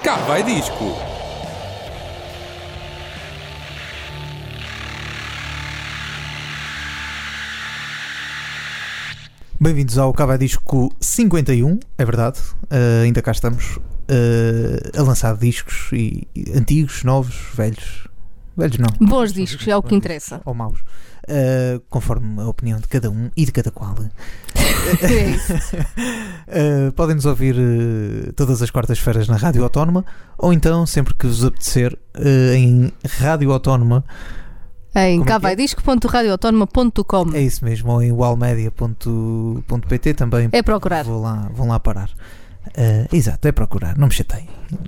Cá vai disco. Bem-vindos ao Cá vai Disco 51, é verdade, ainda cá estamos a lançar discos e antigos, novos, velhos não. Bons discos, é o que interessa. Ou maus, conforme a opinião de cada um e de cada qual. É isso. Podem-nos ouvir todas as quartas-feiras na Rádio Autónoma, ou então, sempre que vos apetecer, em Rádio Autónoma. Em cavaidisco.radioautónoma.com. É isso mesmo, ou em walmedia.pt também. É procurar. Vão lá parar. Exato, é procurar, não me chateiem.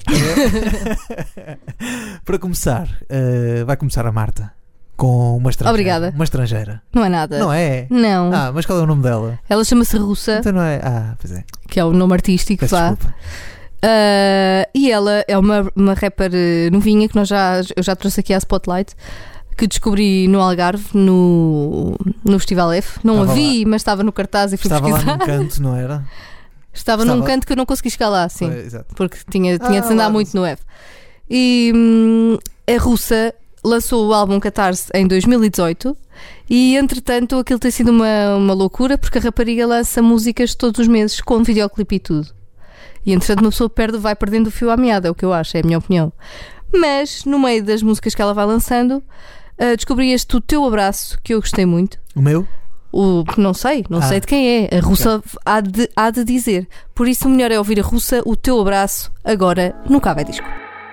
Para começar, vai começar a Marta com uma estrangeira. Obrigada. Uma estrangeira. Não é nada. Não é? Não. Mas qual é o nome dela? Ela chama-se Russa, Então não é? Pois é. que é o nome artístico, Peço vá. desculpa. E ela é uma rapper novinha que eu já trouxe aqui à Spotlight, que descobri no Algarve, no Festival F. Não a vi, mas estava no cartaz e fui Estava pesquisar. lá num canto, não era? Estava num canto que eu não consegui chegar lá, sim. Exato. Porque tinha de andar muito no F. E a Russa lançou o álbum Catarse em 2018 e, entretanto, aquilo tem sido uma loucura, porque a rapariga lança músicas todos os meses com videoclipe e tudo. E, entretanto, uma pessoa vai perdendo o fio à meada, é o que eu acho, é a minha opinião. Mas, no meio das músicas que ela vai lançando, descobri este O Teu Abraço, que eu gostei muito. O meu? Não sei de quem é. A Russa há de dizer. Por isso o melhor é ouvir a Russa, O Teu Abraço, agora no Cá vai Disco.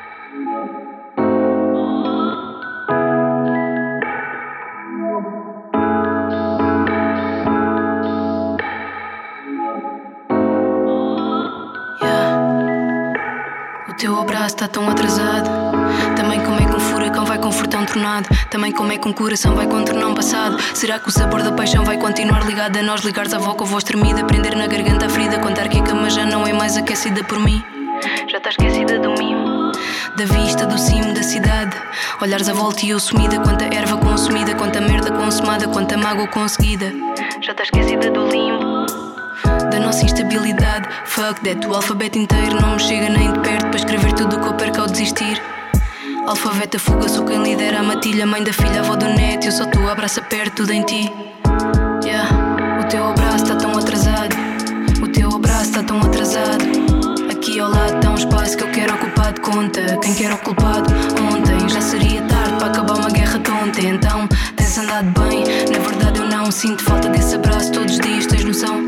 O teu abraço está tão atrasado. Também como é que um furacão vai confortar um tornado. Também como é que um coração vai contornar um passado. Será que o sabor da paixão vai continuar ligado a nós? Ligares à avó com a voz tremida, prender na garganta a ferida, contar que a cama já não é mais aquecida por mim. Já está esquecida do mimo, da vista do cimo da cidade. Olhares à volta e eu sumida, quanta erva consumida, quanta merda consumada, quanta mágoa conseguida. Já está esquecida do limbo, da nossa instabilidade. Fuck that, o alfabeto inteiro não me chega nem de perto para escrever tudo o que eu perco ao desistir. Alfabeto a fuga, sou quem lidera a matilha, mãe da filha, avó do neto, eu só tu abraça perto, tudo em ti. O teu abraço está tão atrasado. O teu abraço está tão atrasado. Aqui ao lado está um espaço que eu quero ocupar de conta. Quem quer o culpado ontem? Já seria tarde para acabar uma guerra tonta. Então tens andado bem, na verdade eu não sinto falta desse abraço todos os dias, tens noção?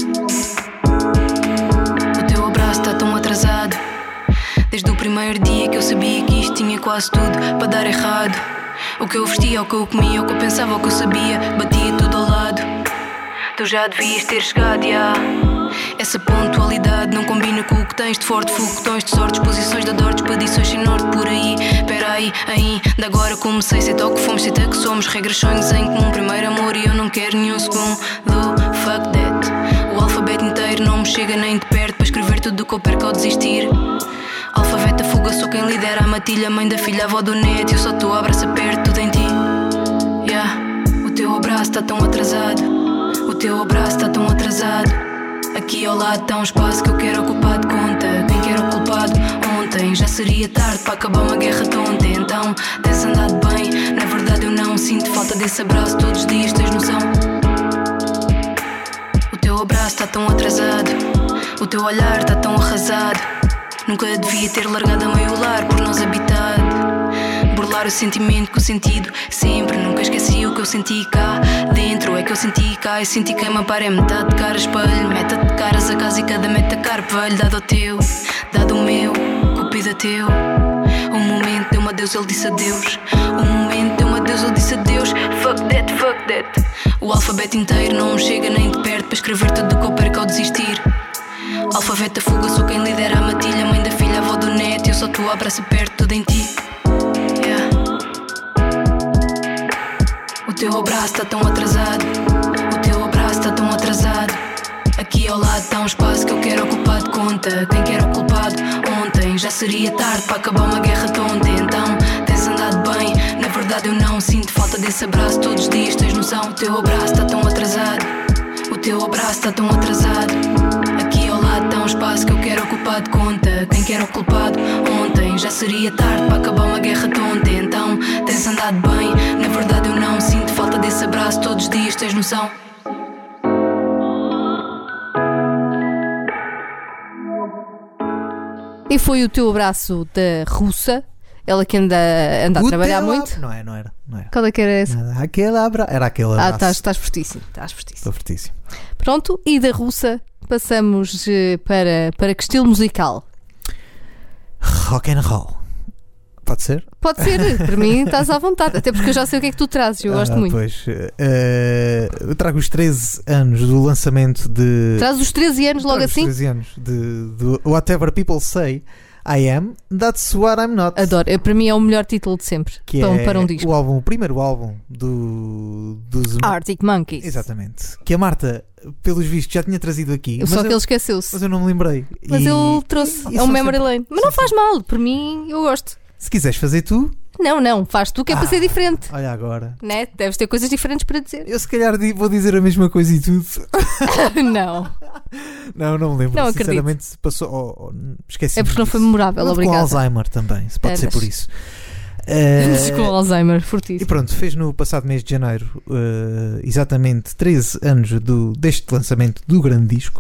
O teu abraço está tão atrasado. Desde o primeiro dia que eu sabia que isto tinha quase tudo para dar errado. O que eu vestia, o que eu comia, o que eu pensava, o que eu sabia, batia tudo ao lado. Tu já devias ter chegado, Essa pontualidade não combina com o que tens de forte, foguetões de sorte, exposições de dor, expedições sem norte por aí. Espera aí, ainda agora comecei, sei tal que fomos, sei tal que somos, regras, sonhos em comum, primeiro amor e eu não quero nenhum segundo. Fuck that, o alfabeto inteiro não me chega nem de perto para escrever tudo o que eu perco ao desistir. Alfabeto a fuga, sou quem lidera a matilha, mãe da filha, avó do neto, eu só tu abraça perto, tudo em ti. O teu abraço está tão atrasado. O teu abraço está tão atrasado. Aqui ao lado está um espaço que eu quero ocupar de conta. Quem quer o culpado ontem? Já seria tarde para acabar uma guerra tonta. Então tens andado bem, na verdade eu não sinto falta desse abraço todos os dias, tens noção? O teu abraço está tão atrasado. O teu olhar está tão arrasado. Nunca devia ter largado a meio lar por nós habitado. Burlar o sentimento com o sentido sempre. Nunca esqueci o que eu senti cá dentro. É que eu senti cá e senti queima para metade de cara espelho. Meta de caras a casa e cada meta carpo velho. Dado ao teu, dado o meu, cupido a teu. Um momento deu-me adeus, ele disse adeus. Um momento deu-me adeus, ele disse adeus. Fuck that, fuck that. O alfabeto inteiro não me chega nem de perto para escrever tudo o que eu perco ao desistir. Alfabeto a fuga, sou quem lidera a matilha, mãe da filha, avó do neto, eu só tu abraça perto, tudo em ti. O teu abraço está tão atrasado. O teu abraço está tão atrasado. Aqui ao lado está um espaço que eu quero ocupar de conta. Quem quer o culpado ontem? Já seria tarde para acabar uma guerra tonta. Então tens andado bem, na verdade eu não sinto falta desse abraço todos os dias, tens noção? O teu abraço está tão atrasado. O teu abraço está tão atrasado. Aqui ao lado está um espaço espaço que eu quero ocupar de conta. Quem quer o culpado ontem, já seria tarde para acabar uma guerra tonta. Então, tens andado bem, na verdade eu não sinto falta desse abraço todos os dias, tens noção? E foi o teu abraço da russa, ela que anda a trabalhar muito. Não era. Qual é que era essa? Era aquele abraço. Estás fortíssimo. Estou fortíssimo. Pronto, e da russa passamos para que estilo musical? Rock and roll. Pode ser? Pode ser, para mim estás à vontade. Até porque eu já sei o que é que tu trazes, eu gosto muito. Pois, eu trago os 13 anos do lançamento de... Traz os 13 anos logo assim? Os 13 anos de Whatever People Say I Am, That's What I'm Not. Adoro, para mim é o melhor título de sempre que para um disco. O primeiro álbum dos Arctic Monkeys. Exatamente. Que a Marta, pelos vistos, já tinha trazido aqui. Só que ele esqueceu-se. Mas eu não me lembrei. Mas ele trouxe, é um memory lane. Mas não faz mal, por mim eu gosto. Se quiseres fazer tu... Não, faz tu que é para ser diferente. Olha agora. Né? Deves ter coisas diferentes para dizer. Eu se calhar vou dizer a mesma coisa e tudo. Não me lembro. Não sinceramente se passou. Esqueci. É porque não foi memorável, obrigado. Com Alzheimer também, se pode ser por isso. Com Alzheimer, fortíssimo. E pronto, fez no passado mês de janeiro exatamente 13 anos deste lançamento do grande disco.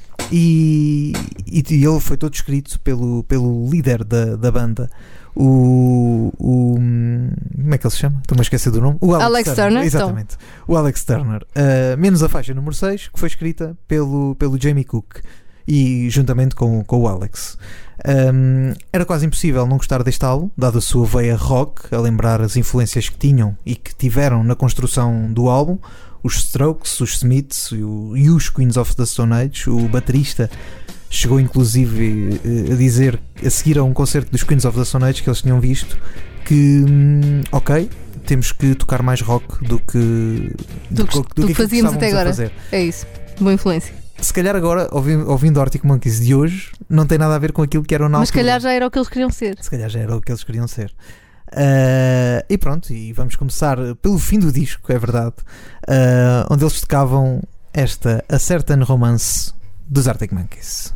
E ele foi todo escrito pelo líder da banda, como é que ele se chama? Estou-me a esquecer do nome. O Alex Turner. Exatamente. Então. O Alex Turner. Menos a faixa número 6, que foi escrita pelo Jamie Cook e juntamente com o Alex. Era quase impossível não gostar deste álbum, dado a sua veia rock, a lembrar as influências que tinham e que tiveram na construção do álbum. Os Strokes, os Smiths e os Queens of the Stone Age. O baterista chegou inclusive a dizer, a seguir a um concerto dos Queens of the Stone Age que eles tinham visto, que temos que tocar mais rock do que fazíamos até agora. Fazer. É isso, boa influência. Se calhar agora, ouvindo Arctic Monkeys de hoje, não tem nada a ver com aquilo que eram na altura. Mas se calhar já era o que eles queriam ser. Se calhar já era o que eles queriam ser. E pronto, e vamos começar pelo fim do disco, é verdade, onde eles tocavam esta A Certain Romance dos Arctic Monkeys.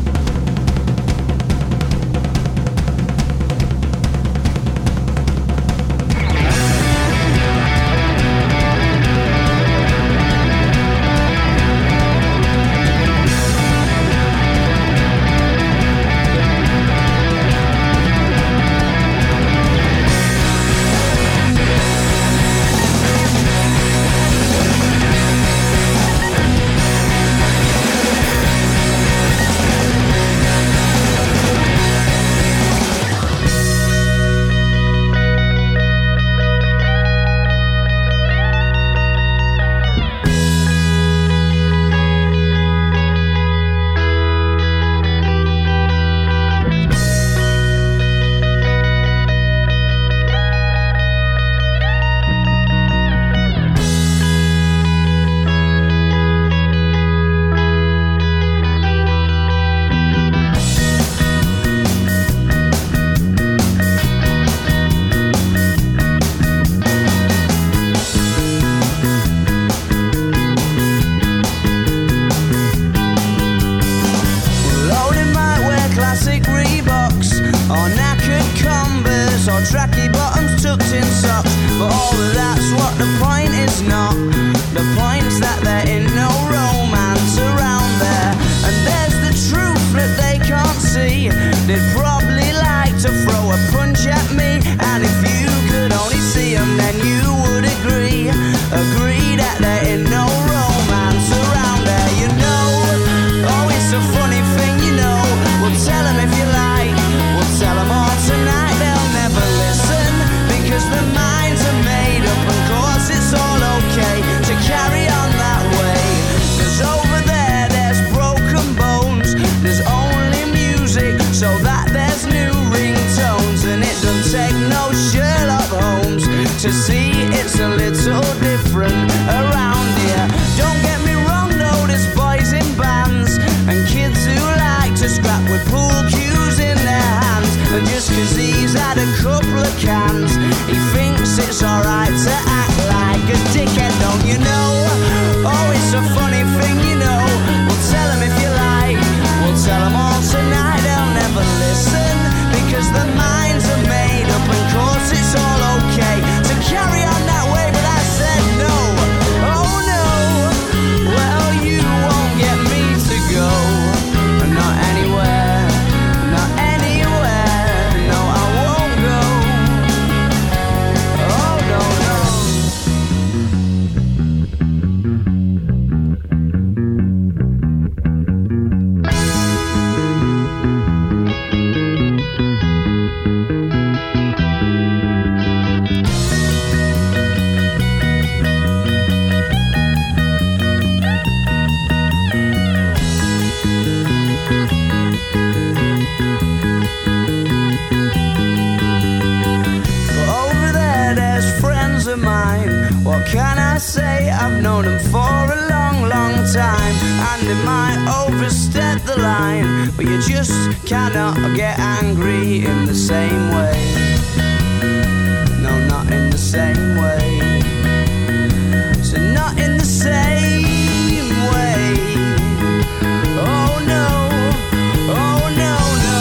tracky bottoms tucked in socks. But all of that's what the point is not. The point's that there ain't no romance around there. And there's the truth that they can't see. They'd probably like to throw a punch at me. And if you could only see them, then you would agree that there ain't no romance around there. You know, oh, it's a funny thing, you know. We'll tell them if you like. We'll tell them all tonight, they'll never listen. Because their minds are made up, and course it's all okay to carry on that way. Cause over there, there's broken bones. There's only music, so that there's new ringtones. And it doesn't take no Sherlock Holmes to see it's a little different around here. Don't get me wrong though, there's boys in bands and kids who like to scrap with pool cues in their hands. And just cause he's had a couple of cans, he thinks it's alright to act like a dickhead, don't you know? Oh, it's a funny thing, you know. We'll tell him if you like, we'll tell him all can I say? I've known them for a long, long time, and it might overstep the line, but you just cannot get angry in the same way. No, not in the same way. So not in the same way. Oh no, oh no, no.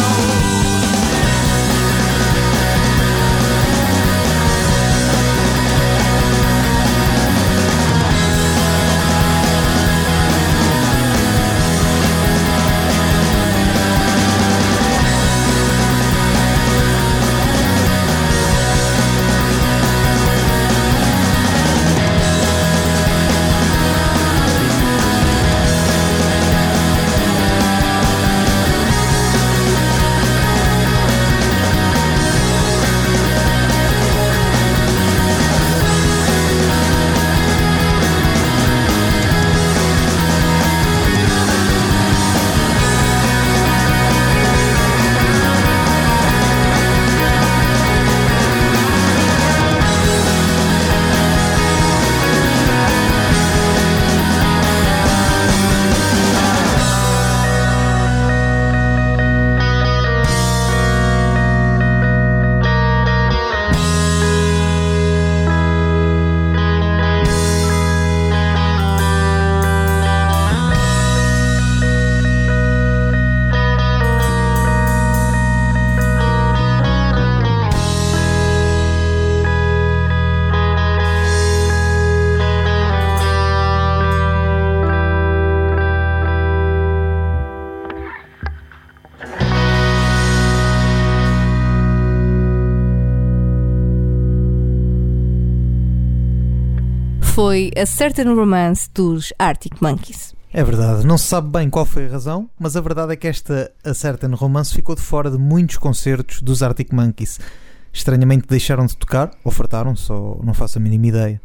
Foi A Certain Romance dos Arctic Monkeys. É verdade, não se sabe bem qual foi a razão, mas a verdade é que esta A Certain Romance ficou de fora de muitos concertos dos Arctic Monkeys. Estranhamente deixaram de tocar, ou fartaram, só não faço a mínima ideia.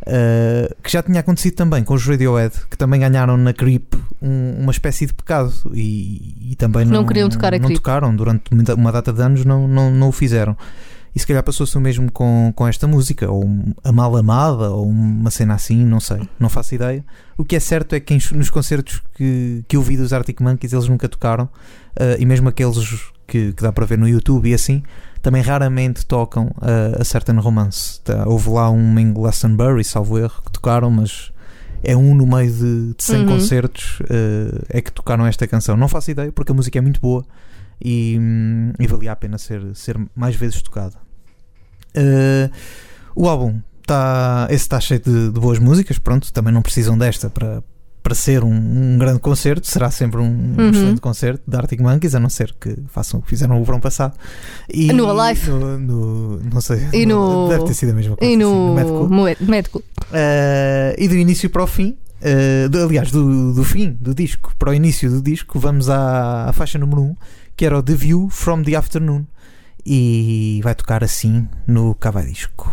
Que já tinha acontecido também com os Radiohead, que também ganharam na Creep uma espécie de pecado e também não queriam tocar a não Creep. tocaram durante uma data de anos, não o fizeram. E se calhar passou-se o mesmo com esta música, ou a Mal Amada, ou uma cena assim, não sei, não faço ideia. O que é certo é que nos concertos que eu vi dos Arctic Monkeys eles nunca tocaram, e mesmo aqueles que dá para ver no YouTube e assim, também raramente tocam A Certain Romance. Houve lá um em Glastonbury, salvo erro, que tocaram, mas é no meio de 100 concertos é que tocaram esta canção. Não faço ideia, porque a música é muito boa e valia a pena ser mais vezes tocada. O álbum está cheio de boas músicas. Pronto, também não precisam desta para ser um grande concerto. Será sempre um excelente concerto de Arctic Monkeys, a não ser que façam o que fizeram o verão passado e no Alive não sei, e deve ter sido a mesma coisa, e no Medical. Medical. E do início para o fim, aliás do fim do disco para o início do disco, vamos à faixa número 1, que era o The View from the Afternoon, e vai tocar assim no Cavadisco.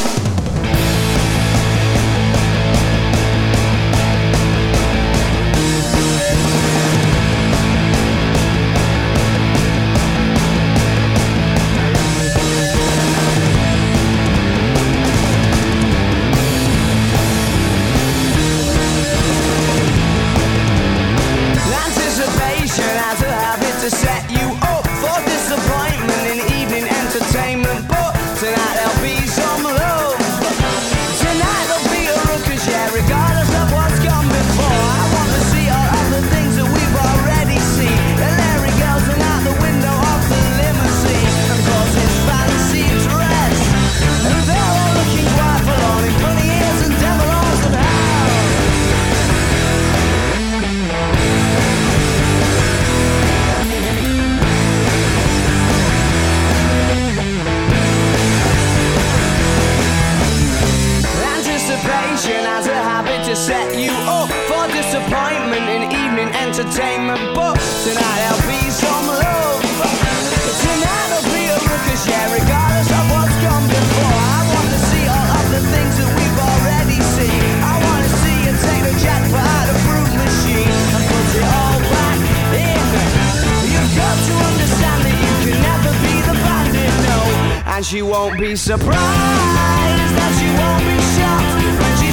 Entertainment, but tonight there'll be some love. Tonight there'll be a ruckus, yeah, regardless of what's gone before. I want to see all of the things that we've already seen. I want to see you take the jackpot out of proof machine and put it all back in. You've got to understand that you can never be the bandit, no. And she won't be surprised that she won't be shocked when she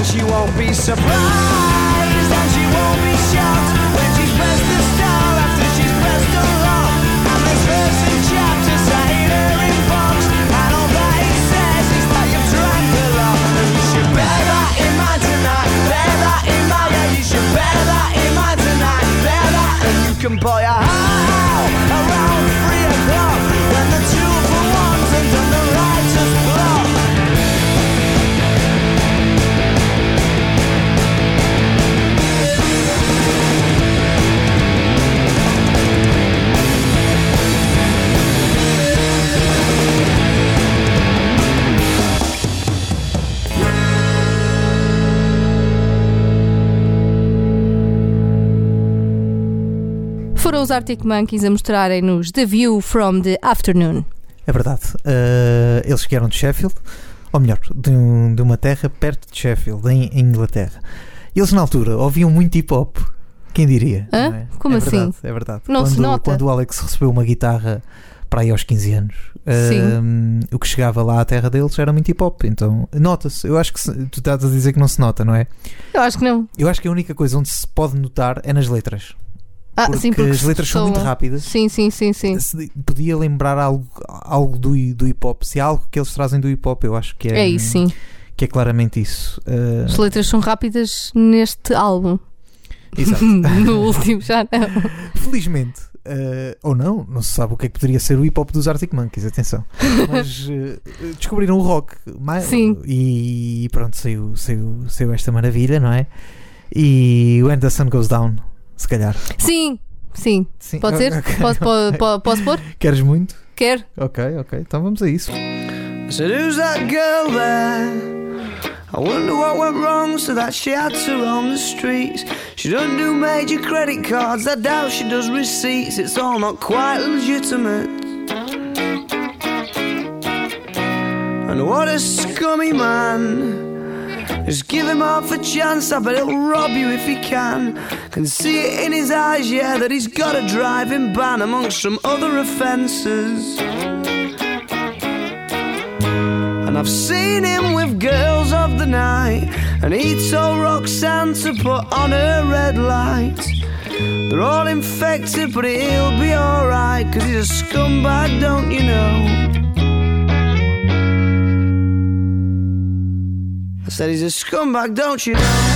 she won't be surprised, and she won't be shocked when she's pressed the star after she's pressed the lock. And there's verse and chapter sat in her inbox, and all that it says is that you've drank a lot. And you should bear that in mind tonight, bear that in mind, yeah, you should bear that in mind tonight, bear that. And you can buy a house around 3 o'clock when the 2-for-1s and done the writer's block. Foram os Arctic Monkeys a mostrarem-nos The View from the Afternoon. É verdade. Eles vieram de Sheffield, ou melhor, de uma terra perto de Sheffield, em Inglaterra. Eles na altura ouviam muito hip-hop. Quem diria? Hã? Não é? Como é assim? Verdade, é verdade. Não se nota. Quando o Alex recebeu uma guitarra para aí aos 15 anos, o que chegava lá à terra deles era muito hip-hop. Então, nota-se. Eu acho que tu estás a dizer que não se nota, não é? Eu acho que não. Eu acho que a única coisa onde se pode notar é nas letras. Sim, porque as letras são muito rápidas. Sim. Podia lembrar algo do hip-hop. Se há algo que eles trazem do hip-hop, eu acho que é isso, sim. Que é claramente isso. As letras são rápidas neste álbum. Exato. No último já não. Felizmente, ou não se sabe o que é que poderia ser o hip-hop dos Arctic Monkeys, atenção. Mas descobriram o rock. Sim. E pronto, saiu esta maravilha, não é? E When the Sun Goes Down, se calhar. Sim. Pode ser? Okay. Posso pôr? Queres muito? Quero. Ok, então vamos a isso. I said, who's that girl there? I wonder what went wrong so that she had to roam the streets. She doesn't do major credit cards, I doubt she does receipts. It's all not quite legitimate. And what a scummy man. Just give him half a chance, I bet he'll rob you if he can. Can see it in his eyes, yeah, that he's got a driving ban amongst some other offences. And I've seen him with girls of the night, and he told Roxanne to put on her red light. They're all infected, but he'll be alright, 'cause he's a scumbag, don't you know? I said he's a scumbag, don't you know?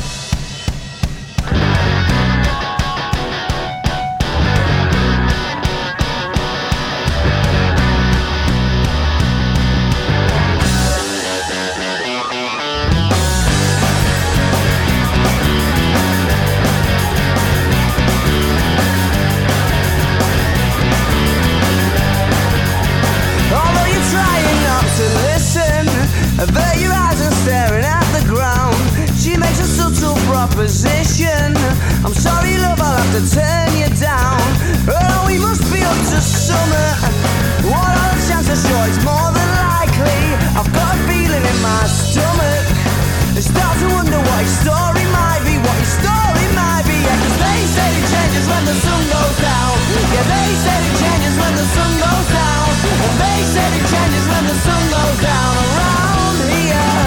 Avert your eyes and staring at the ground. She makes a subtle proposition. I'm sorry, love, I'll have to turn you down. Oh, we must be up to summer. What are the chances? Sure, it's more than likely. I've got a feeling in my stomach. I start to wonder what his story might be. What his story might be. Yeah, 'cause they say it changes when the sun goes down. Yeah, they say it changes when the sun goes down. And they say it changes when the sun goes down. Around here,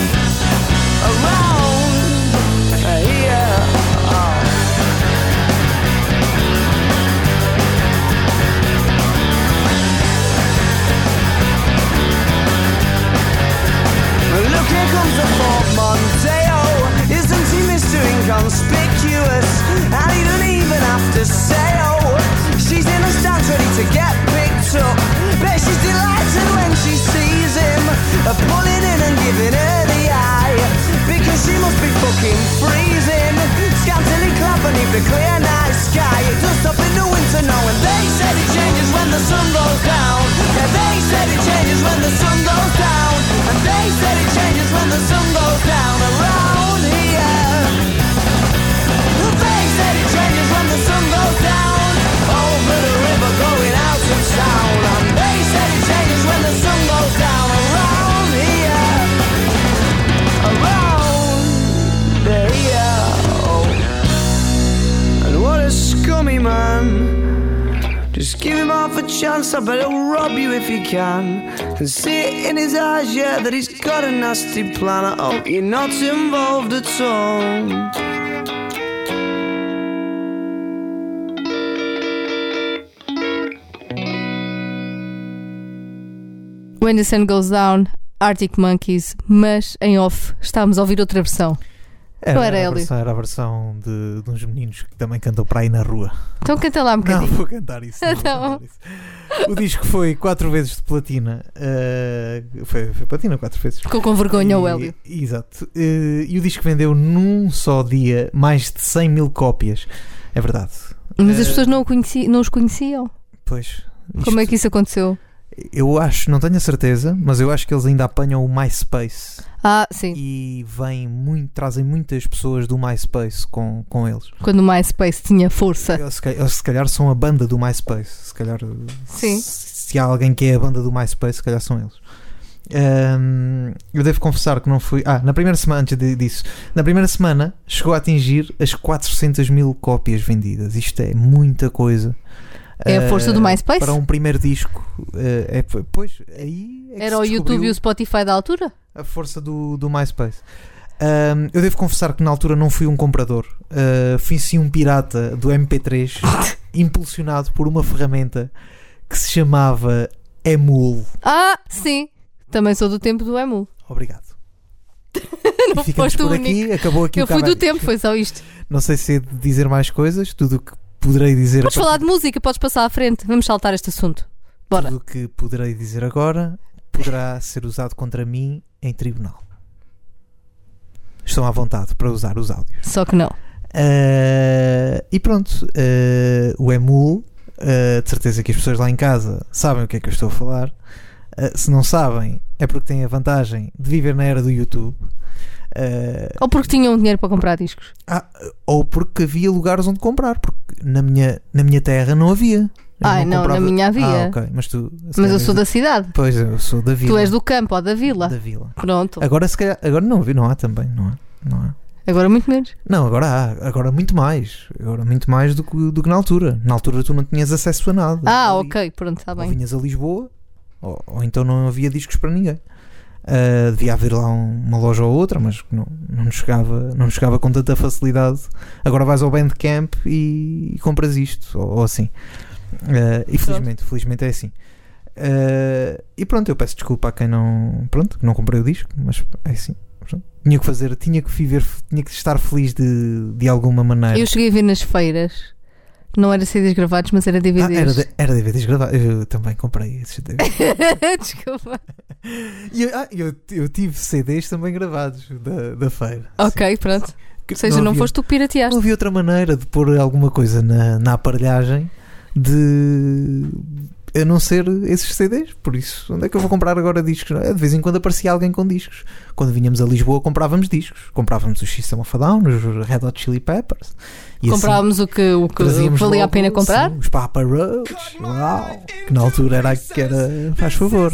oh. Look, here comes the portmanteau. Isn't he Mr. Inconspicuous? And he doesn't even have to say, oh. She's in the stands ready to get picked up. Bet she's delighted when she sees him, pulling in and giving her the eye, because she must be fucking freezing, scantily clad beneath the clear night sky. It does stop in the winter now, and they said it changes when the sun goes down. Yeah, they said it changes when the sun goes down. And they said it changes when the sun goes down. Around here, they said it changes when the sun goes down. Over the river going out of town. And they said it changes when the sun goes down. Around here, around here, oh. chance, I bet he'll rob you if he can. And see it in his eyes, yeah, that he's got a nasty plan. I hope you're not involved at all. When the Sun Goes Down, Arctic Monkeys, mas em off estávamos a ouvir outra versão. Não era, Hélio? Era a versão de uns meninos que também cantam para aí na rua. Então canta lá um bocadinho. Não vou cantar isso. Não vou cantar isso. O disco foi 4 vezes de platina. Foi platina 4 vezes. Ficou com vergonha o Hélio. Exato. E o disco vendeu num só dia mais de 100 mil cópias. É verdade. Mas as pessoas não os conheciam. Pois. Como é que isso aconteceu? Eu acho, não tenho a certeza, mas eu acho que eles ainda apanham o MySpace. Ah, sim. E trazem muitas pessoas do MySpace com eles. Quando o MySpace tinha força. Eles se calhar são a banda do MySpace. Se calhar, sim. Se há alguém que é a banda do MySpace, se calhar são eles. Eu devo confessar que não fui. Na primeira semana, antes disso, na primeira semana chegou a atingir as 400 mil cópias vendidas. Isto é muita coisa. É a força do MySpace? Para um primeiro disco. Pois, aí é que era o YouTube e o Spotify da altura? A força do MySpace. Eu devo confessar que na altura não fui um comprador. Fui sim um pirata do MP3 impulsionado por uma ferramenta que se chamava Emule. Ah, sim. Também sou do tempo do Emule. Obrigado. Não ficamos por aqui. Acabou aqui. Eu fui do tempo, foi só isto. Não sei se é de dizer mais coisas. Tudo o que poderei dizer. Podes falar de música, podes passar à frente. Vamos saltar este assunto. Bora. Tudo o que poderei dizer agora poderá ser usado contra mim em tribunal. Estão à vontade para usar os áudios. Só que não. E pronto. O Emule, de certeza que as pessoas lá em casa sabem o que é que eu estou a falar. Se não sabem, é porque têm a vantagem de viver na era do YouTube. Ou porque tinham dinheiro para comprar discos. Ou porque havia lugares onde comprar. Porque na minha terra não havia. Não, na minha havia. Okay. Mas eu sou da cidade. Pois, eu sou da vila. Tu és do campo ou da vila. Da vila. Pronto. Agora se calhar, agora não há também, não há. Agora muito menos. Não, agora há. Agora muito mais. Agora muito mais do que na altura. Na altura tu não tinhas acesso a nada. Ok, pronto, está bem. Ou vinhas a Lisboa, ou então não havia discos para ninguém. Devia haver lá uma loja ou outra, mas não nos chegava com tanta facilidade. Agora vais ao Bandcamp e compras isto, ou assim. E felizmente é assim. E pronto, eu peço desculpa a quem não comprei o disco, mas é assim. Tinha que estar feliz de alguma maneira. Eu cheguei a ver nas feiras. Não era CDs gravados, mas era DVDs. Era DVDs gravados. Eu também comprei esses DVDs. Desculpa. Eu tive CDs também gravados da feira. Ok, pronto. Ou seja, não foste tu que pirateaste. Não havia outra maneira de pôr alguma coisa na aparelhagem a não ser esses CDs. Por isso, onde é que eu vou comprar agora discos? De vez em quando aparecia alguém com discos. Quando vinhamos a Lisboa comprávamos discos. Comprávamos os System of a Down, os Red Hot Chili Peppers. E comprávamos assim, o que valia a pena comprar. Sim, os Papa Roach. Uau! Que na altura era faz favor.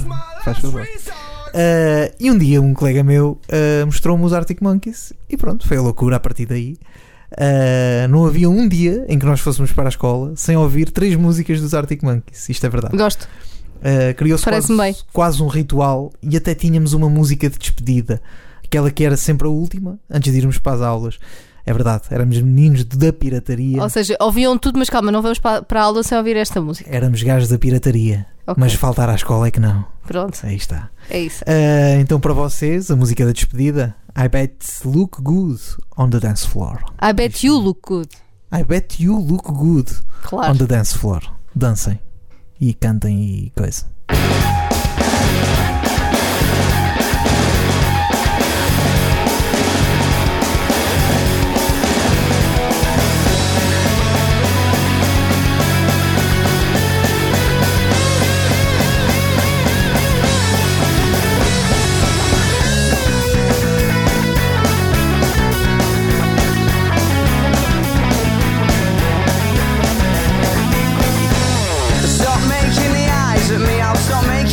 E um dia um colega meu mostrou-me os Arctic Monkeys. E pronto, foi a loucura a partir daí. Não havia um dia em que nós fôssemos para a escola sem ouvir 3 músicas dos Arctic Monkeys. Isto é verdade. Gosto. Criou-se quase um ritual. E até tínhamos uma música de despedida, aquela que era sempre a última antes de irmos para as aulas. É verdade, éramos meninos da pirataria. Ou seja, ouviam tudo, mas calma, não vamos para a aula sem ouvir esta música. Éramos gajos da pirataria. Okay. Mas faltar à escola é que não. Pronto. Aí está. É isso. Então para vocês, a música da despedida, I bet look good on the dance floor. I bet you look good. I bet you look good, claro, on the dance floor. Dancem e cantem e coisa. Stop making the eyes at me, I'll stop making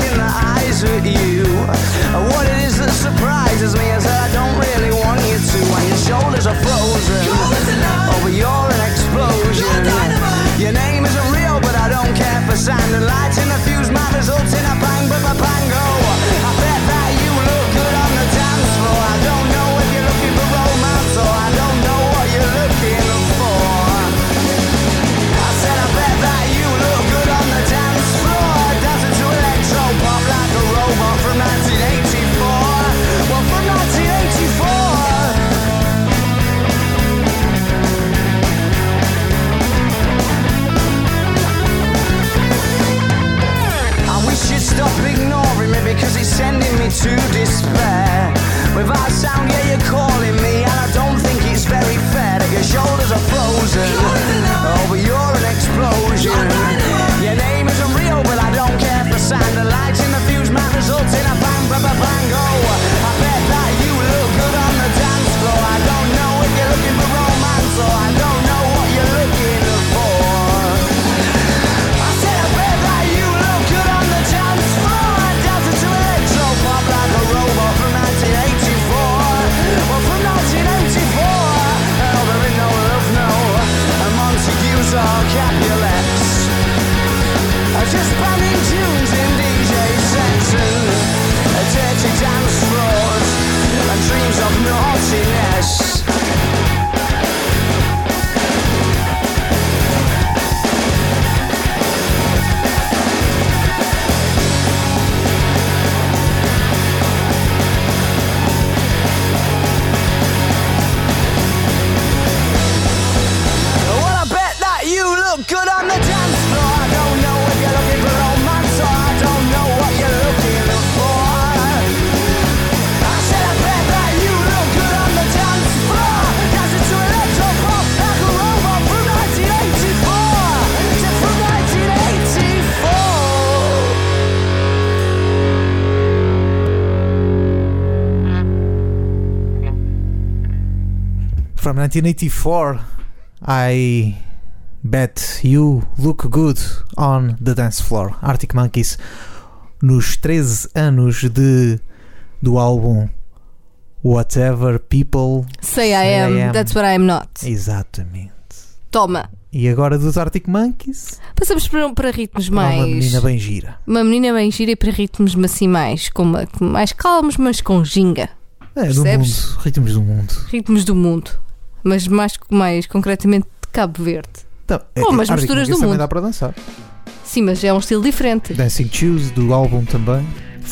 From 1984, I Bet You Look Good on the Dance Floor. Arctic Monkeys, nos 13 anos do álbum Whatever People Say I Am, That's What I Am Not. Exatamente. Toma. E agora dos Arctic Monkeys, passamos para ritmos mais... Uma menina bem gira. Uma menina bem gira, e para ritmos assim mais calmos, mas com ginga. Do mundo. Ritmos do mundo. Ritmos do mundo. Mas mais concretamente de Cabo Verde. Então, umas misturas do mundo. Também dá para dançar. Sim, mas é um estilo diferente. Dancing Shoes do álbum também.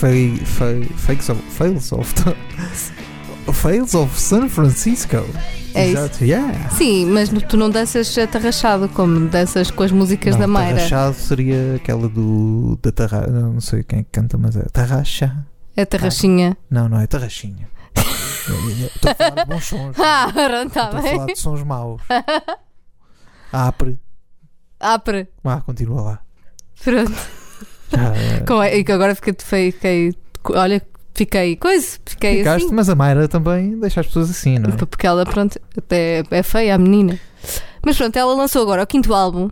Fails of San Francisco. É exato. Isso? Yeah. Sim, mas tu não danças atarrachado como danças com as músicas da Mayra. Atarrachado seria aquela da Tarraxa. Não sei quem é que canta, mas é Tarraxa. É Tarraxinha. Não é Tarraxinha. Estou a falar de bons sons. Está Estou a bem. falar de sons maus. Apre. Continua lá. Pronto. E que agora fiquei. Olha, fiquei Ficaste, assim. mas a Mayra também deixa as pessoas assim, não é? Porque ela, pronto, até é feia a menina. Mas pronto, ela lançou agora o 5º álbum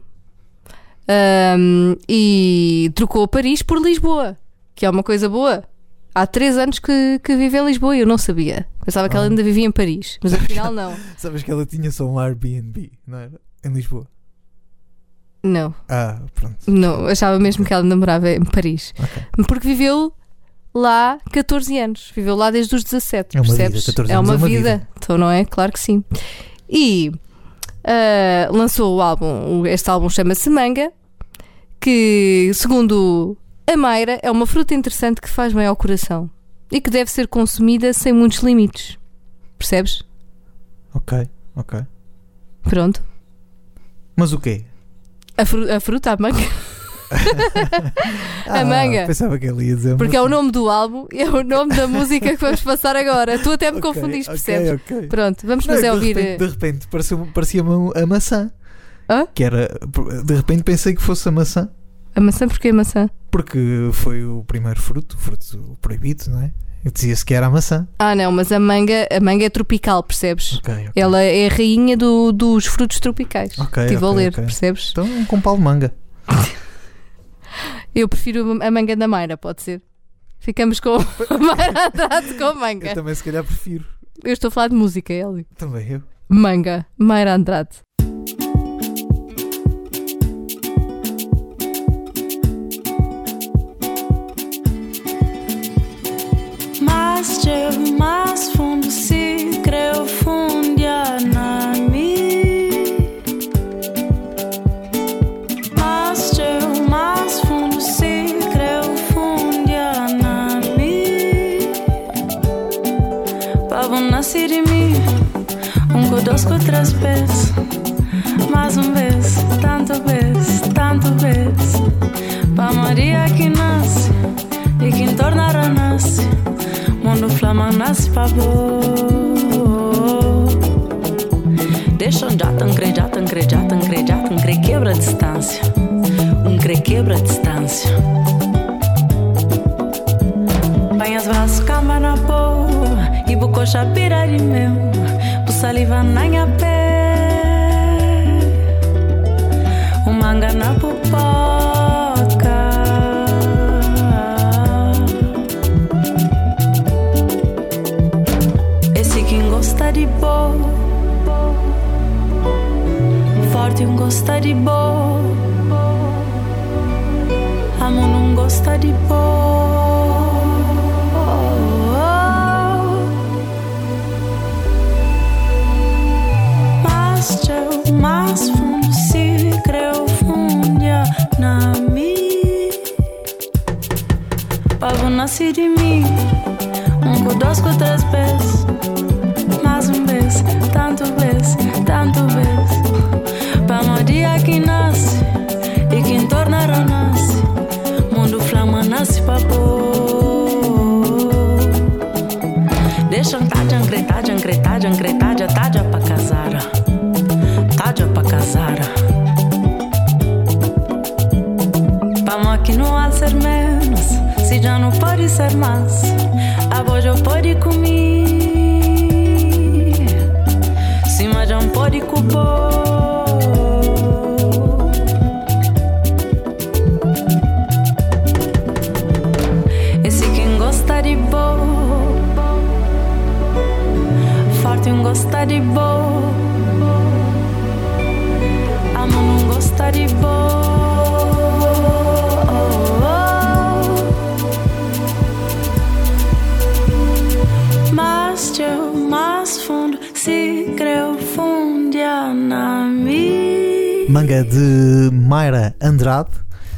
e trocou Paris por Lisboa, que é uma coisa boa. Há 3 anos que vive em Lisboa e eu não sabia. Pensava que ela ainda vivia em Paris, mas afinal não. Sabes que ela tinha só um Airbnb, não era? Em Lisboa. Não. Pronto. Não, achava mesmo que ela namorava em Paris. Okay. Porque viveu lá 14 anos. Viveu lá desde os 17, é uma percebes? Vida, 14 é anos uma vida. Então não é? Claro que sim. E lançou o álbum. Este álbum chama-se Manga, que segundo a Mayra é uma fruta interessante que faz bem ao coração e que deve ser consumida sem muitos limites. Percebes? Ok. Pronto. Mas o quê? A fruta, a manga. A manga. Pensava que ele ia dizer. Porque é o nome do álbum e é o nome da música que vamos passar agora. Tu até me confundiste, percebes? Ok. Pronto, vamos fazer ouvir. De repente parecia-me a maçã. Que era. De repente pensei que fosse a maçã. A maçã, porquê a maçã? Porque foi o primeiro fruto proibido, não é? Dizia-se que era a maçã. Não, mas a manga é tropical, percebes? Okay. Ela é a rainha dos frutos tropicais. Estive a ler, percebes? Então com pau de manga. Eu prefiro a manga da Mayra, pode ser? Ficamos com a Mayra Andrade com manga. Eu também se calhar prefiro. Eu estou a falar de música, Hélio. Também eu. Manga, Mayra Andrade. Mais fundo se creu fundia na mi. Mais fundo se creu fundia na mi. Pavo nasce de mim, com 2, com 3 vezes. Mais vez, tanto vez. Pa Maria que nasce e que tornará nasce. Mundo flama nasce pra boa. Deixa já crer quebra a distância. Quebra a distância. Banhas vas cama na boa. E bucocha pira de meu. Bu saliva na minha pé. O manga na pupoca. Gosta de boa, forte gosta de boa, amor não gosta de boa. Mas fundo se creu fundia na mi. Pavo nasce de mim, com 2, com 3 vezes. Mais vez, tanto vez. Pa Maria que nasce e que tornará nasce. Mundo flama nasce pra pôr. Deixa taja pra casar. Pa máquina ser menos, se já não pode ser mais. A voz já pode comer. Ontem um gosta de boa, amo não gosta de mas eu mais fundo se creu fundia na mim. Manga de Mayra Andrade,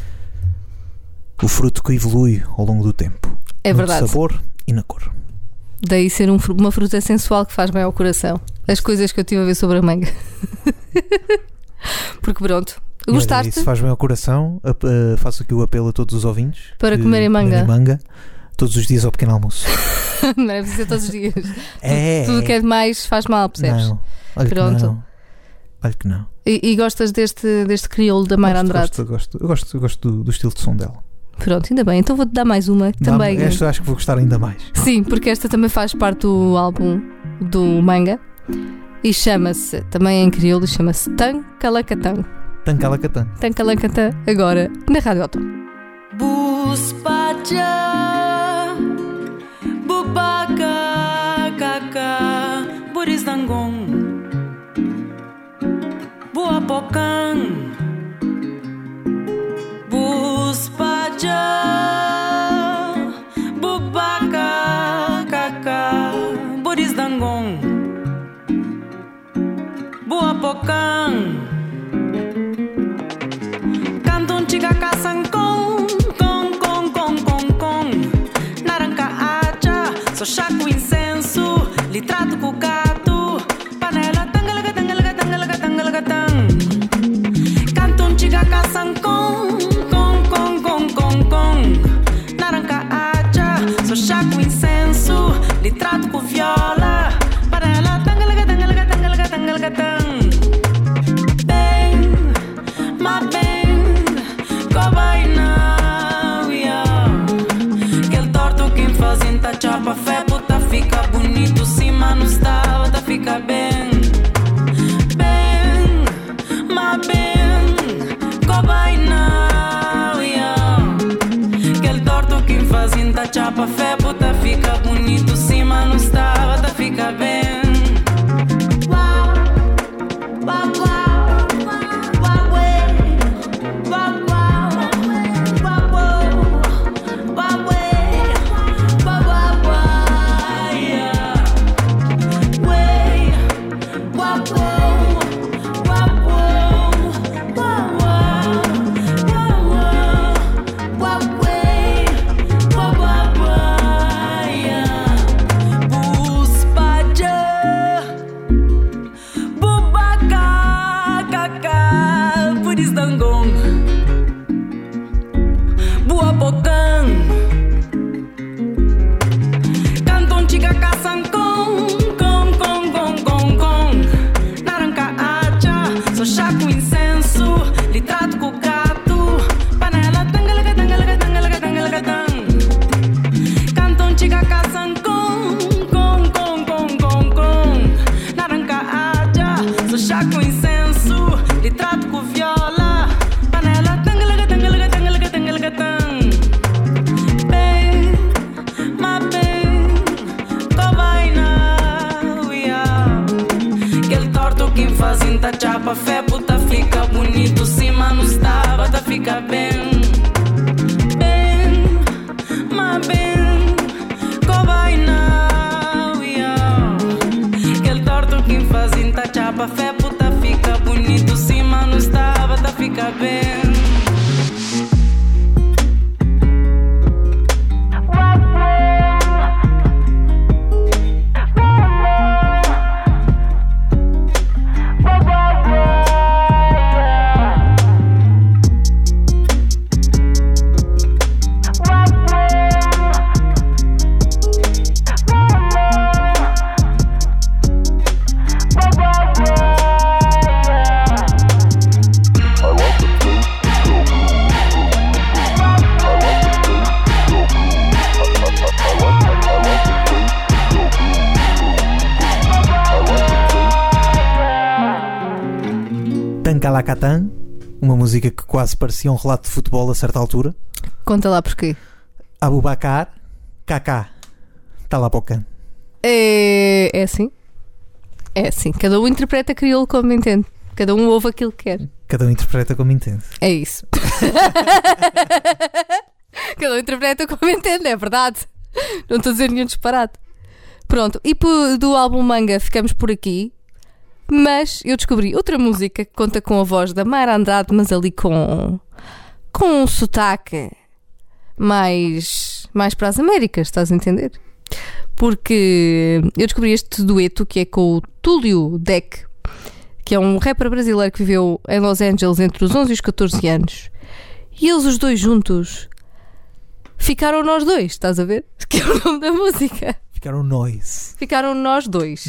o fruto que evolui ao longo do tempo. É verdade. No sabor e na cor. Daí ser uma fruta sensual que faz bem ao coração. As coisas que eu tive a ver sobre a manga. Porque pronto, gostaste? Isso faz bem ao coração. Faço aqui o apelo a todos os ouvintes Para comerem manga. Todos os dias ao pequeno almoço. Não é preciso ser todos os dias. É. Tudo que é demais faz mal, percebes? Não, olha pronto. que não. Olha que não. E gostas deste crioulo da Mayra Andrade? Eu gosto do estilo de som dela. Pronto, ainda bem. Então vou-te dar mais uma também. Esta acho que vou gostar ainda mais. Sim, porque esta também faz parte do álbum do Manga e chama-se, também em crioulo, chama-se Tancalacatã. Tancalacatã. Tancalacatã, agora na Rádio Auto. Buspaja, bubaca, caca, burizangong, buapocan, buspaja, bubaca, caca, burizangong, buapocan. Canton chica casan con naranca acha, só chaco incenso, litrato com gato, panela tangalaga tangalaga tangalaga tangalaga tang. Canton chica casan con naranca acha, só chaco incenso, litrato com viola, panela tangalaga tangalaga tangalaga tangalaga tang. Chapa fé, puta, fica bonito. Cima não estava, tá, fica bem. Bem, mas bem. Cobai now, yeah. Aquele torto que fazem, tá, chapa fé, puta, fica bonito. Cima não estava, tá, fica bem. Chapa fé, puta, fica bonito. Cima não estava, tá, fica bem. Bem, mas bem. Cobai now, yeah. Aquele torto que fazem, tá, chapa fé, puta, fica bonito. Cima não estava, tá, fica bem. Tancalacatã, uma música que quase parecia um relato de futebol a certa altura. Conta lá porquê. Abubacar, Kaká, Talapocan. É assim? É assim, cada um interpreta crioulo como entende. Cada um ouve aquilo que quer. Cada um interpreta como entende. É isso. Cada um interpreta como entende, é verdade. Não estou a dizer nenhum disparate. Pronto, e do álbum Manga ficamos por aqui. Mas eu descobri outra música que conta com a voz da Mayra Andrade, mas ali com um sotaque mais para as Américas, estás a entender? Porque eu descobri este dueto que é com o Túlio Deck, que é um rapper brasileiro que viveu em Los Angeles entre os 11 e os 14 anos. E eles os dois juntos ficaram nós dois, estás a ver? Que é o nome da música. Ficaram nós. Ficaram nós dois.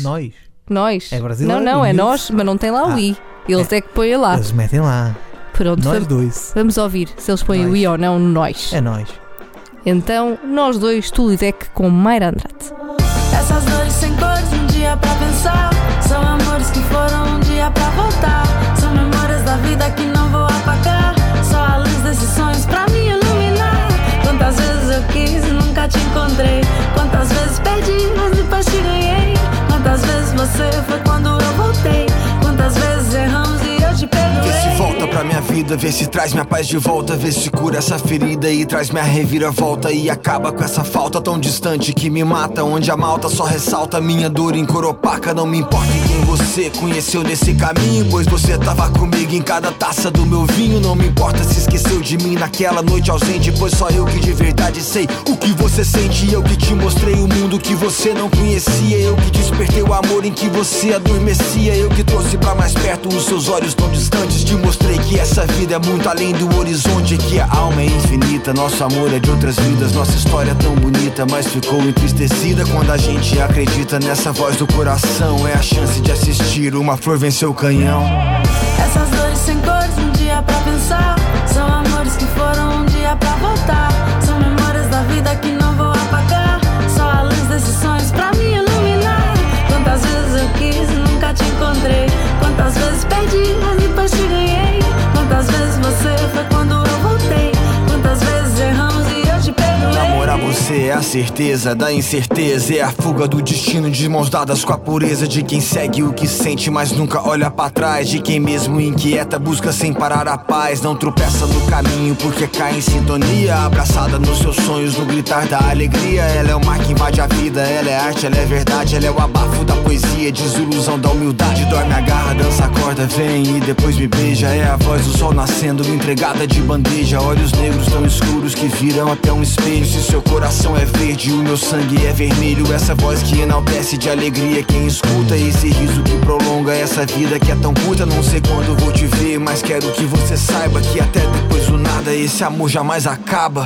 Nós? É brasileiro? Não, é nós, mas não tem lá o I. Eles é que põem lá. Eles metem lá. Pronto, nós dois. Vamos ouvir se eles põem o I ou não no nós. É nós. Então, nós dois, Túlio Deck com Mayra Andrade. Essas dores sem cores, um dia pra pensar. São amores que foram um dia pra voltar. São memórias da vida que não vou apagar. Só a luz desses sonhos pra me iluminar. Quantas vezes eu quis e nunca te encontrei. Quantas vezes perdi, mas depois te ganhei. Quantas vezes você foi quando eu voltei. Quantas vezes erramos e eu te perdoei. Vê se volta pra minha vida, vê se traz minha paz de volta. Vê se cura essa ferida e traz minha reviravolta. E acaba com essa falta tão distante que me mata. Onde a malta só ressalta minha dor em cor opaca. Não me importa quem você conheceu nesse caminho, pois você tava comigo em cada taça do meu vinho. Não me importa se esqueceu de mim naquela noite ausente, pois só eu que de verdade sei o que você sente. Eu que te mostrei o mundo que você não conhecia. Eu que despertei o amor em que você adormecia. Eu que trouxe pra mais perto os seus olhos tão distantes. Te mostrei que essa vida é muito além do horizonte, que a alma é infinita. Nosso amor é de outras vidas. Nossa história é tão bonita, mas ficou entristecida quando a gente acredita nessa voz do coração. É a chance de assistir uma flor vencer o canhão. Essas dores sem cores, um dia pra pensar. São amores que foram um dia pra voltar. São memórias da vida que não vou apagar. Só a luz desses sonhos pra me iluminar. Quantas vezes eu quis e nunca te encontrei. Quantas vezes perdi, mas depois te ganhei. Quantas vezes você foi quando eu voltei. Quantas vezes erramos e eu te perdoei. Namorar você é a certeza da incerteza. É a fuga do destino de mãos dadas com a pureza de quem segue o que sente, mas nunca olha pra trás. De quem mesmo inquieta busca sem parar a paz. Não tropeça no caminho porque cai em sintonia. Abraçada nos seus sonhos, no gritar da alegria. Ela é o mar que invade a vida. Ela é arte, ela é verdade. Ela é o abafo da poesia, desilusão da humildade. Dorme, agarra, dança, acorda, vem e depois me beija. É a voz do sol nascendo, entregada de bandeja. Olhos negros tão escuros que viram até um espelho. Se seu coração é verde, o meu sangue é vermelho. Essa voz que enaltece de alegria quem escuta. Esse riso que prolonga essa vida que é tão curta. Não sei quando vou te ver, mas quero que você saiba que até depois do nada esse amor jamais acaba.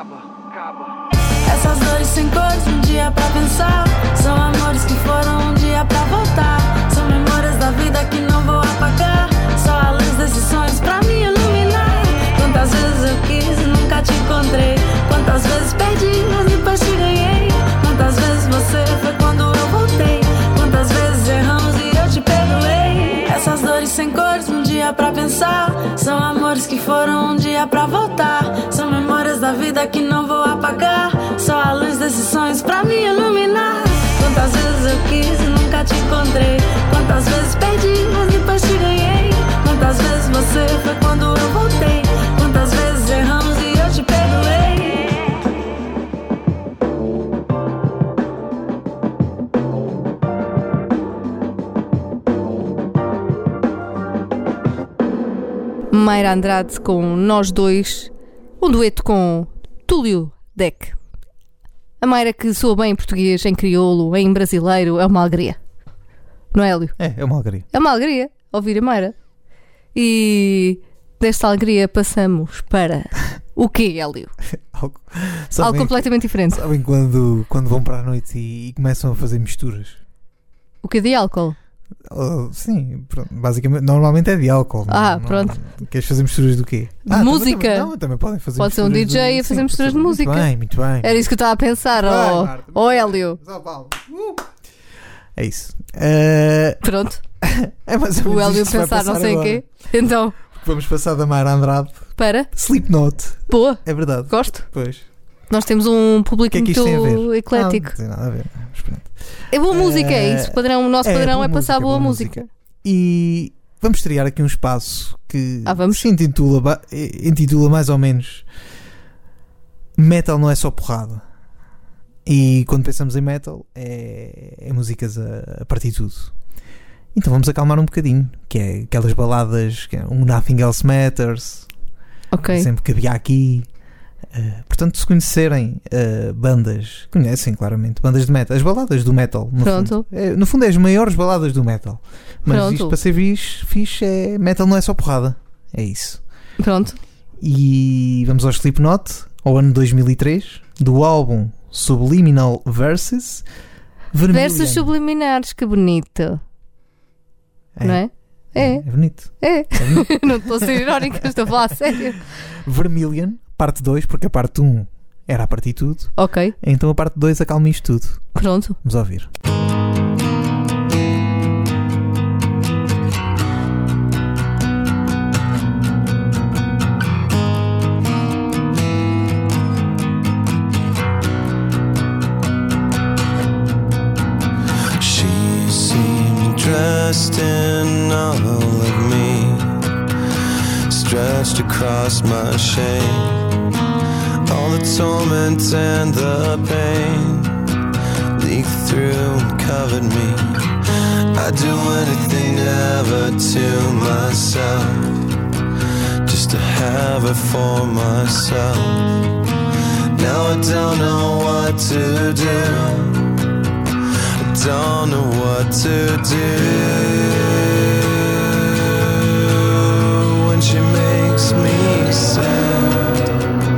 Essas dores sem cores, um dia pra pensar. São amores que foram um dia pra voltar. São memórias da vida que não vou apagar. Só a luz desses sonhos pra me iluminar. Quantas vezes eu quis e nunca te encontrei. Quantas vezes perdi, mas depois te ganhei. Quantas vezes você foi quando eu voltei. Quantas vezes erramos e eu te perdoei. Essas dores sem cores, um dia pra pensar. São amores que foram um dia pra voltar. São memórias da vida que não vou apagar. Só a luz desses sonhos pra me iluminar. Quantas vezes eu quis e nunca te encontrei. Quantas vezes perdi, mas depois te ganhei. Quantas vezes você foi quando eu voltei. Quantas vezes erramos e eu te perdoei. Mayra Andrade com Nós Dois, um dueto com Túlio Deck. A Mayra, que soa bem em português, em crioulo, em brasileiro, é uma alegria. Não é, Hélio? É uma alegria. É uma alegria ouvir a Mayra. E desta alegria passamos para o quê, Hélio? Algo completamente diferente. Sabem quando vão para a noite e começam a fazer misturas? O quê de álcool? Sim, pronto, basicamente, normalmente é de álcool. Pronto. Queres fazer misturas do quê? De música? Também podem fazer. Pode ser um DJ a fazer misturas de música. Muito bem. Era isso que eu estava a pensar, Hélio. É isso. Pronto. É mais ou o menos Hélio isto pensar não sei o quê. Então. Vamos passar da Mayra Andrade para Slipknot. Boa. É verdade. Gosto. Pois. Nós temos um público que é que muito eclético. Não tem nada a ver. Mas pronto. É boa música, é isso. O nosso padrão é passar boa música. E vamos estrear aqui um espaço que vamos. se intitula mais ou menos Metal não é só porrada. E quando pensamos em metal é músicas a partir de tudo. Então vamos acalmar um bocadinho, que é aquelas baladas, que é um Nothing Else Matters, sempre que havia aqui. Portanto, se conhecerem bandas, conhecem claramente bandas de metal, as baladas do metal, no fundo é as maiores baladas do metal. Mas isto para ser fixe é metal não é só porrada. É isso. Pronto. E vamos ao Slipknot, ao ano 2003, do álbum Subliminal Verses. Versos subliminares, que bonito. Não é? É bonito. É. Não estou a ser irónica, estou a falar a sério. Vermilion, parte 2, porque a parte 1 era a partir de tudo. Ok. Então a parte 2 acalma isto tudo. Pronto. Vamos ouvir. Dressed in all of me, stretched across my shame. All the torment and the pain leaked through and covered me. I'd do anything ever to myself, just to have it for myself. Now I don't know what to do, don't know what to do when she makes me sad.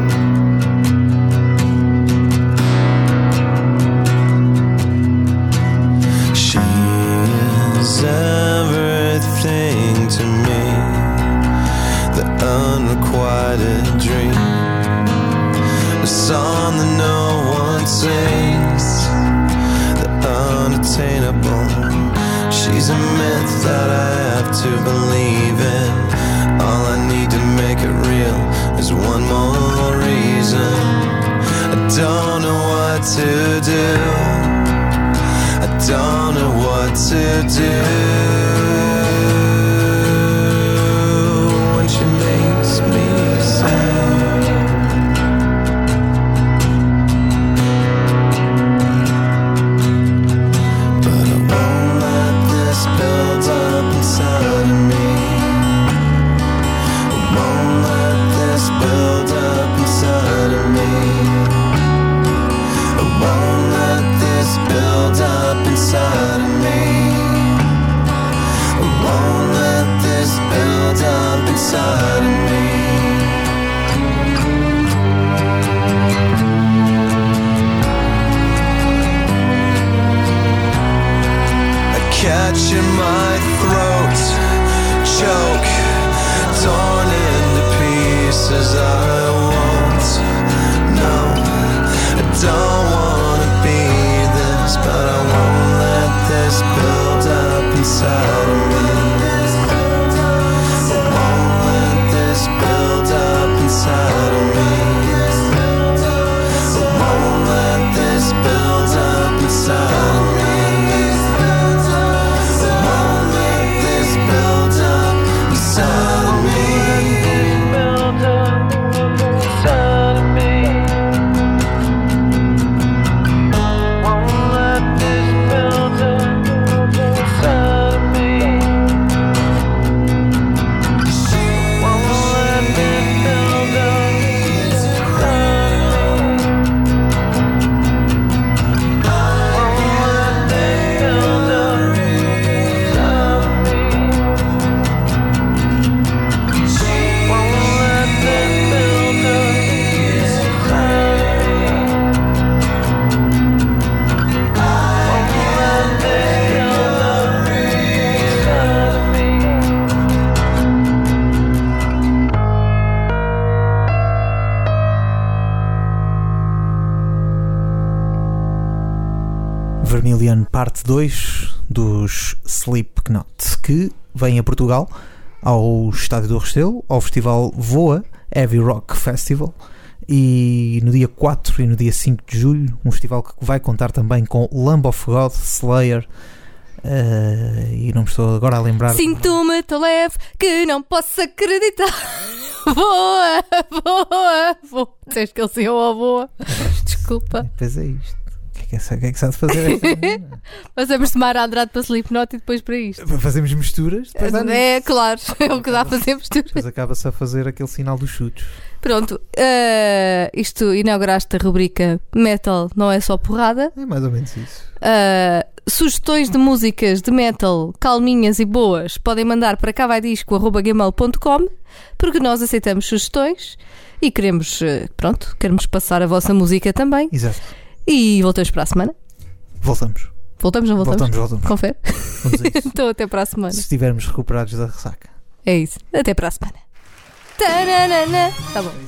She is everything to me, the unrequited dream, a song that no one sings, unattainable. She's a myth that I have to believe in. All I need to make it real is one more reason. I don't know what to do, I don't know what to do when she makes me sad. Catch in my throat, choke, torn into pieces. I won't, no, I don't wanna be this, but I won't let this build up inside of me. I won't let this build up inside of me. I won't let this build up inside of me. Vermilion parte 2 dos Slipknot, que vem a Portugal ao Estádio do Restelo, ao festival Voa Heavy Rock Festival, E no dia 4 e no dia 5 de julho, um festival que vai contar também com Lamb of God, Slayer, e não me estou agora a lembrar. Sinto-me tão leve que não posso acreditar. Voa. Tens que ele se ou voa. Desculpa. Pois é isto. O que é que se há de fazer? Passamos de Mara Andrade para Slipknot e depois para isto. Fazemos misturas. É claro, é o que dá a fazer misturas. Depois acaba-se a fazer aquele sinal dos chutes. Pronto, isto inauguraste a rubrica Metal não é só porrada. É mais ou menos isso. Sugestões de músicas de metal calminhas e boas podem mandar para cavaidisco@gmail.com, porque nós aceitamos sugestões e queremos passar a vossa música também. Exato. E voltamos para a semana. Voltamos. Voltamos, não voltamos? Voltamos. Confere. Vamos a isso. Então até para a semana. Se estivermos recuperados da ressaca. É isso. Até para a semana. Taranana. Tá bom.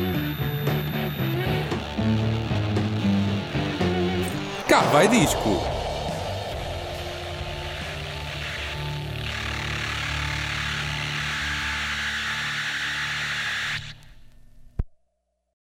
Cá vai disco.